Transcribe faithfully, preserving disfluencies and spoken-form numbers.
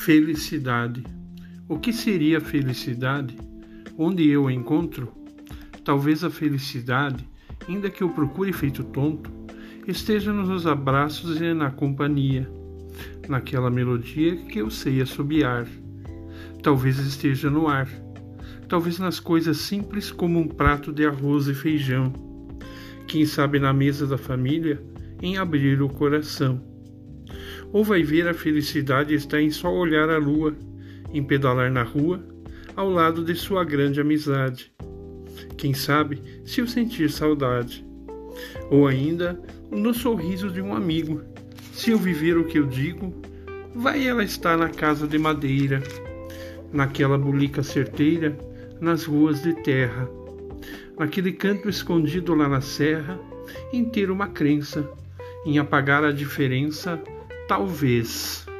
Felicidade. O que seria a felicidade? Onde eu a encontro? Talvez a felicidade, ainda que eu procure feito tonto, esteja nos abraços e na companhia, naquela melodia que eu sei assobiar. Talvez esteja no ar, talvez nas coisas simples como um prato de arroz e feijão, quem sabe na mesa da família, em abrir o coração. Ou vai ver a felicidade está em só olhar a lua, em pedalar na rua, ao lado de sua grande amizade. Quem sabe se eu sentir saudade. Ou ainda no sorriso de um amigo, se eu viver o que eu digo, vai ela estar na casa de madeira, naquela bulica certeira, nas ruas de terra, naquele canto escondido lá na serra, em ter uma crença, em apagar a diferença, talvez.